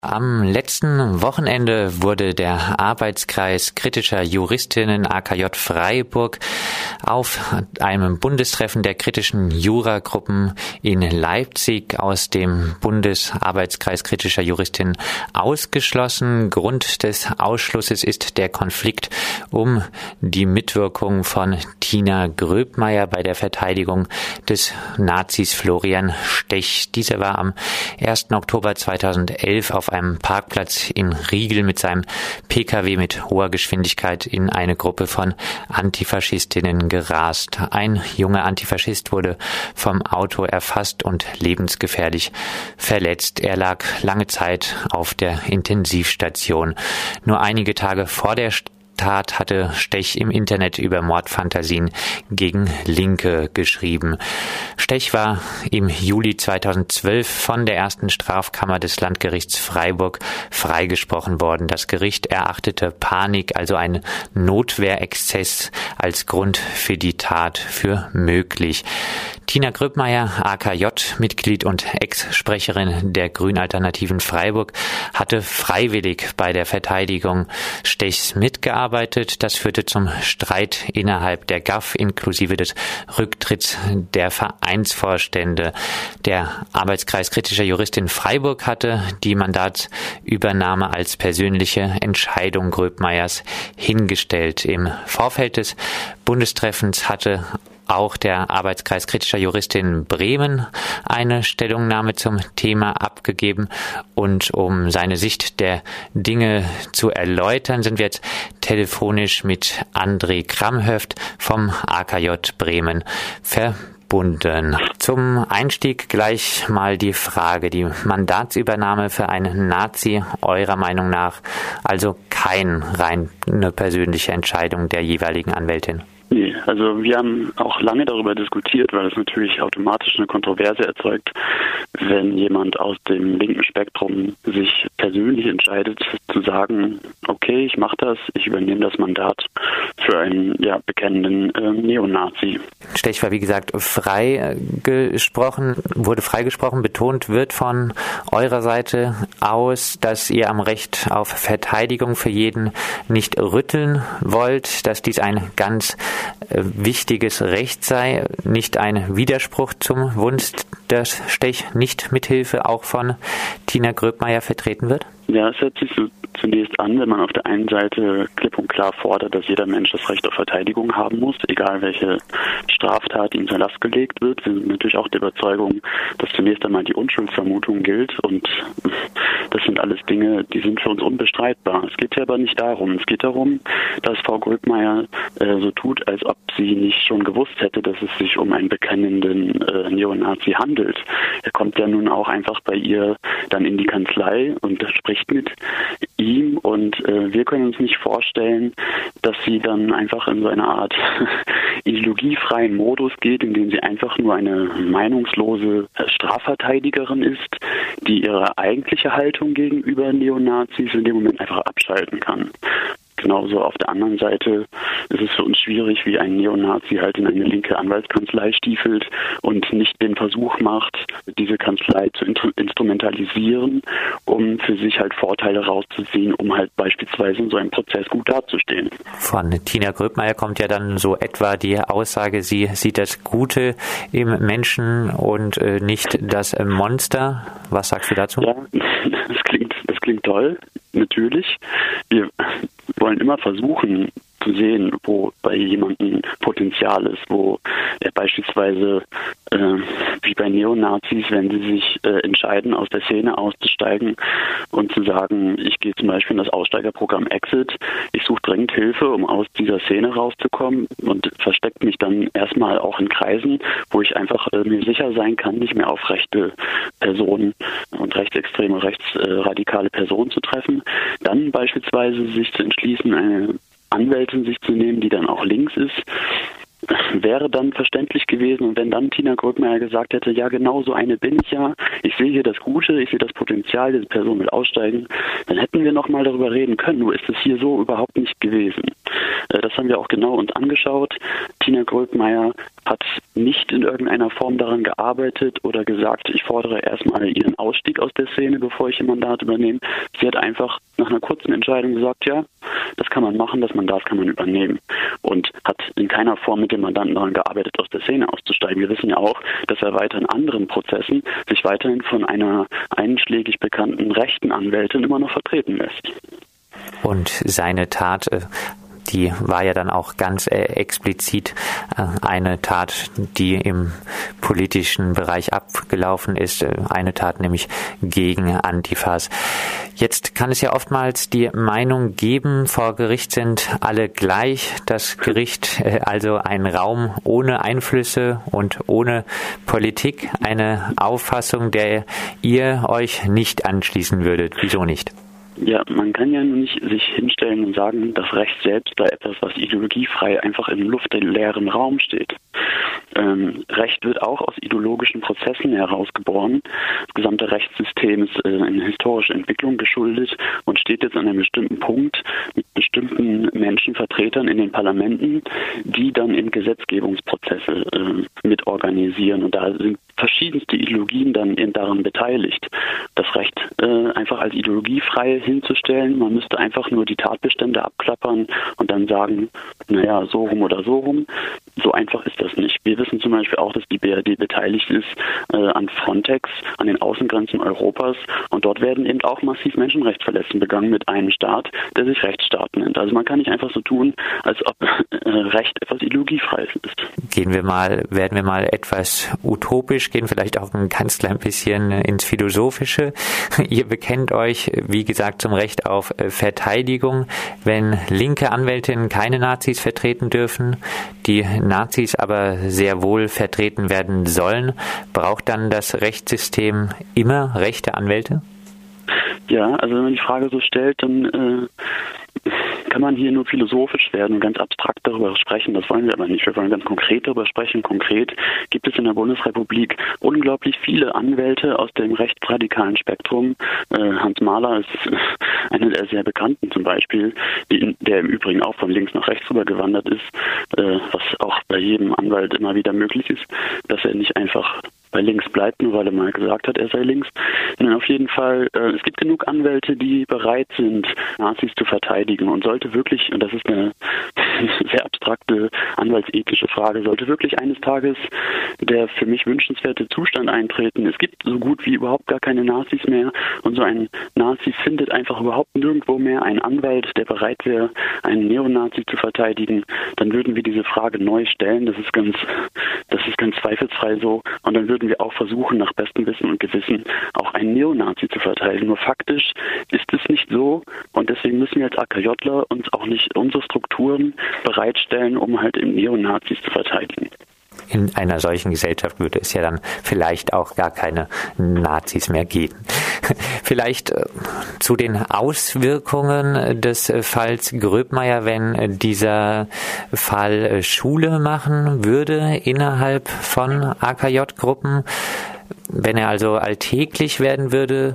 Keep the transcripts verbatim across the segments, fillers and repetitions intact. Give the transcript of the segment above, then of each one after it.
Am letzten Wochenende wurde der Arbeitskreis kritischer Juristinnen A K J Freiburg auf einem Bundestreffen der kritischen Juragruppen in Leipzig aus dem Bundesarbeitskreis kritischer Juristinnen ausgeschlossen. Grund des Ausschlusses ist der Konflikt um die Mitwirkung von Tina Gröbmeier bei der Verteidigung des Nazis Florian Stech. Dieser war am ersten Oktober zweitausendelf auf einem Parkplatz in Riegel mit seinem P K W mit hoher Geschwindigkeit in eine Gruppe von Antifaschistinnen gerast. Ein junger Antifaschist wurde vom Auto erfasst und lebensgefährlich verletzt. Er lag lange Zeit auf der Intensivstation. Nur einige Tage vor der Tat hatte Stech im Internet über Mordfantasien gegen Linke geschrieben. Stech war im Juli zweitausendzwölf von der ersten Strafkammer des Landgerichts Freiburg freigesprochen worden. Das Gericht erachtete Panik, also einen Notwehrexzess, als Grund für die Tat für möglich. Tina Gröbmeier, A K J-Mitglied und Ex-Sprecherin der Grünalternativen Freiburg, hatte freiwillig bei der Verteidigung Stechs mitgearbeitet. Das führte zum Streit innerhalb der G A F inklusive des Rücktritts der Vereinsvorstände. Der Arbeitskreis kritischer Juristin Freiburg hatte die Mandatsübernahme als persönliche Entscheidung Gröbmeiers hingestellt. Im Vorfeld des Bundestreffens hatte auch der Arbeitskreis kritischer Juristin Bremen eine Stellungnahme zum Thema abgegeben. Und um seine Sicht der Dinge zu erläutern, sind wir jetzt telefonisch mit André Kramhöft vom A K J Bremen verbunden. Zum Einstieg gleich mal die Frage, die Mandatsübernahme für einen Nazi eurer Meinung nach also keine rein eine persönliche Entscheidung der jeweiligen Anwältin? Nee, also wir haben auch lange darüber diskutiert, weil es natürlich automatisch eine Kontroverse erzeugt, wenn jemand aus dem linken Spektrum sich persönlich entscheidet, zu sagen, okay, ich mache das, ich übernehme das Mandat für einen ja, bekennenden äh, Neonazi. Stech war wie gesagt freigesprochen, wurde freigesprochen, betont wird von eurer Seite aus, dass ihr am Recht auf Verteidigung für jeden nicht rütteln wollt, dass dies ein ganz wichtiges Recht sei, nicht ein Widerspruch zum Wunsch, dass Stech nicht mithilfe auch von Tina Gröbmeier vertreten wird? Ja, es hört sich so zunächst an, wenn man auf der einen Seite klipp und klar fordert, dass jeder Mensch das Recht auf Verteidigung haben muss, egal welche Straftat ihm zur Last gelegt wird. Wir sind natürlich auch der Überzeugung, dass zunächst einmal die Unschuldsvermutung gilt und das sind alles Dinge, die sind für uns unbestreitbar. Es geht ja aber nicht darum. Es geht darum, dass Frau Gröbmeier äh, so tut, als ob sie nicht schon gewusst hätte, dass es sich um einen bekennenden äh, Neonazi handelt. Er kommt ja nun auch einfach bei ihr dann in die Kanzlei und spricht mit ihm und äh, wir können uns nicht vorstellen, dass sie dann einfach in so eine Art ideologiefreien Modus geht, in dem sie einfach nur eine meinungslose Strafverteidigerin ist, die ihre eigentliche Haltung gegenüber Neonazis in dem Moment einfach abschalten kann. Genauso auf der anderen Seite ist es für uns schwierig, wie ein Neonazi halt in eine linke Anwaltskanzlei stiefelt und nicht den Versuch macht, diese Kanzlei zu instrumentalisieren, um für sich halt Vorteile rauszuziehen, um halt beispielsweise in so einem Prozess gut dazustehen. Von Tina Gröbmeier kommt ja dann so etwa die Aussage, sie sieht das Gute im Menschen und äh, nicht das Monster. Was sagst du dazu? Ja, das klingt, das klingt toll, natürlich. Wir wollen immer versuchen zu sehen, wo bei jemandem Potenzial ist, wo er beispielsweise äh, wie bei Neonazis, wenn sie sich äh, entscheiden, aus der Szene auszusteigen und zu sagen, ich gehe zum Beispiel in das Aussteigerprogramm Exit, ich suche dringend Hilfe, um aus dieser Szene rauszukommen und versteckt mich dann erstmal auch in Kreisen, wo ich einfach äh, mir sicher sein kann, nicht mehr auf rechte Personen und rechtsextreme, rechtsradikale Personen zu treffen. Dann beispielsweise sich zu entschließen, eine Anwältin sich zu nehmen, die dann auch links ist, wäre dann verständlich gewesen. Und wenn dann Tina Gröbmeier gesagt hätte, ja, genau so eine bin ich ja, ich sehe hier das Gute, ich sehe das Potenzial, diese Person will aussteigen, dann hätten wir nochmal darüber reden können. Nur ist es hier so überhaupt nicht gewesen. Das haben wir auch genau uns angeschaut. Tina Gröbmeier hat nicht in irgendeiner Form daran gearbeitet oder gesagt, ich fordere erstmal ihren Ausstieg aus der Szene, bevor ich ihr Mandat übernehme. Sie hat einfach nach einer kurzen Entscheidung gesagt, ja, das kann man machen, das Mandat kann man übernehmen. Und hat in keiner Form mit dem Mandanten daran gearbeitet, aus der Szene auszusteigen. Wir wissen ja auch, dass er weiter in anderen Prozessen sich weiterhin von einer einschlägig bekannten rechten Anwältin immer noch vertreten lässt. Und seine Tat, die war ja dann auch ganz explizit eine Tat, die im politischen Bereich abgelaufen ist. Eine Tat nämlich gegen Antifas. Jetzt kann es ja oftmals die Meinung geben, vor Gericht sind alle gleich. Das Gericht also ein Raum ohne Einflüsse und ohne Politik. Eine Auffassung, der ihr euch nicht anschließen würdet. Wieso nicht? Ja, man kann ja nur nicht sich hinstellen und sagen, das Recht selbst sei etwas, was ideologiefrei einfach im luftleeren Raum steht. Ähm, Recht wird auch aus ideologischen Prozessen herausgeboren. Das gesamte Rechtssystem ist äh, eine historische Entwicklung geschuldet und steht jetzt an einem bestimmten Punkt mit bestimmten Menschenvertretern in den Parlamenten, die dann in Gesetzgebungsprozesse äh, mitorganisieren. Und da sind verschiedenste Ideologien dann in, daran beteiligt. Das Recht äh, einfach als ideologiefrei hinzustellen, man müsste einfach nur die Tatbestände abklappern und dann sagen, naja, so rum oder so rum. So einfach ist das nicht. Wir wissen zum Beispiel auch, dass die B R D beteiligt ist äh, an Frontex, an den Außengrenzen Europas und dort werden eben auch massiv Menschenrechtsverletzungen begangen mit einem Staat, der sich Rechtsstaat nennt. Also man kann nicht einfach so tun, als ob äh, Recht etwas ideologiefreies ist. Gehen wir mal, werden wir mal etwas utopisch, gehen vielleicht auch ein ganz klein bisschen ins Philosophische. Ihr bekennt euch, wie gesagt, zum Recht auf Verteidigung. Wenn linke Anwältinnen keine Nazis vertreten dürfen, die Nazis aber sehr wohl vertreten werden sollen, braucht dann das Rechtssystem immer rechte Anwälte? Ja, also wenn man die Frage so stellt, dann äh, kann man hier nur philosophisch werden und ganz abstrakt darüber sprechen. Das wollen wir aber nicht. Wir wollen ganz konkret darüber sprechen. Konkret gibt es in der Bundesrepublik unglaublich viele Anwälte aus dem rechtsradikalen Spektrum. Äh, Hans Mahler ist einer der sehr bekannten zum Beispiel, die, der im Übrigen auch von links nach rechts rüber gewandert ist, äh, was auch bei jedem Anwalt immer wieder möglich ist, dass er nicht einfach bei links bleibt, nur weil er mal gesagt hat, er sei links. Und auf jeden Fall, äh, es gibt genug Anwälte, die bereit sind, Nazis zu verteidigen und sollte wirklich, und das ist eine sehr abstrakte anwaltsethische Frage, sollte wirklich eines Tages der für mich wünschenswerte Zustand eintreten. Es gibt so gut wie überhaupt gar keine Nazis mehr und so ein Nazi findet einfach überhaupt nirgendwo mehr einen Anwalt, der bereit wäre, einen Neonazi zu verteidigen. Dann würden wir diese Frage neu stellen. Das ist ganz, das ist ganz zweifelsfrei so. Und dann würden wir auch versuchen, nach bestem Wissen und Gewissen auch einen Neonazi zu verteidigen. Nur faktisch ist es nicht so und deswegen müssen wir als AKJler uns auch nicht unsere Strukturen bereitstellen, um halt im Neonazis zu verteidigen. In einer solchen Gesellschaft würde es ja dann vielleicht auch gar keine Nazis mehr geben. Vielleicht zu den Auswirkungen des Falls Gröbmeier, wenn dieser Fall Schule machen würde innerhalb von A K J-Gruppen, wenn er also alltäglich werden würde,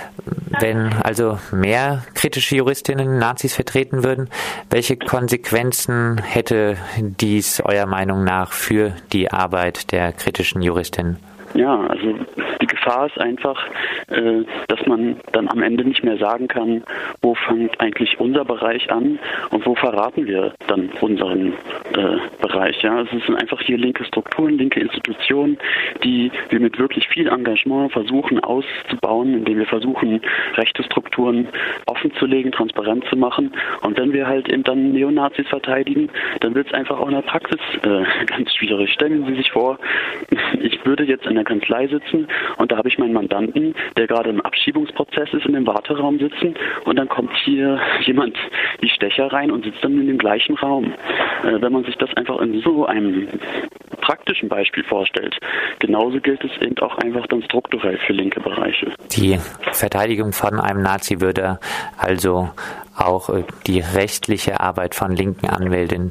wenn also mehr kritische Juristinnen Nazis vertreten würden, welche Konsequenzen hätte dies eurer Meinung nach für die Arbeit der kritischen Juristinnen? Ja, also die Gefahr ist einfach, äh, dass man dann am Ende nicht mehr sagen kann, wo fängt eigentlich unser Bereich an und wo verraten wir dann unseren äh, Bereich. Ja, es sind einfach hier linke Strukturen, linke Institutionen, die wir mit wirklich viel Engagement versuchen auszubauen, indem wir versuchen, rechte Strukturen offenzulegen, transparent zu machen. Und wenn wir halt eben dann Neonazis verteidigen, dann wird es einfach auch in der Praxis äh, ganz schwierig. Stellen Sie sich vor, ich würde jetzt in der Kanzlei sitzen und da habe ich meinen Mandanten, der gerade im Abschiebungsprozess ist, in dem Warteraum sitzen und dann kommt hier jemand wie Stecher rein und sitzt dann in dem gleichen Raum. Äh, wenn man sich das einfach in so einem praktischen Beispiel vorstellt, genauso gilt es eben auch einfach dann strukturell für linke Bereiche. Die Verteidigung von einem Nazi würde also auch die rechtliche Arbeit von linken Anwältinnen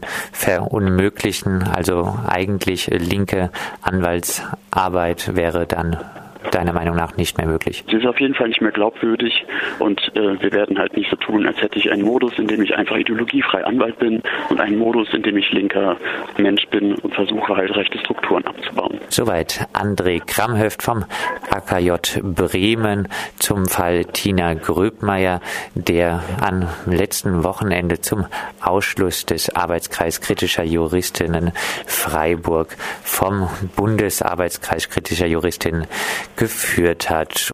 verunmöglichen. Also eigentlich linke Anwaltsarbeit wäre dann deiner Meinung nach nicht mehr möglich? Sie ist auf jeden Fall nicht mehr glaubwürdig und äh, wir werden halt nicht so tun, als hätte ich einen Modus, in dem ich einfach ideologiefrei Anwalt bin und einen Modus, in dem ich linker Mensch bin und versuche halt rechte Strukturen abzubauen. Soweit André Kramhöft vom A K J Bremen zum Fall Tina Gröbmeier, der am letzten Wochenende zum Ausschluss des Arbeitskreis kritischer Juristinnen Freiburg vom Bundesarbeitskreis kritischer Juristinnen geführt hat.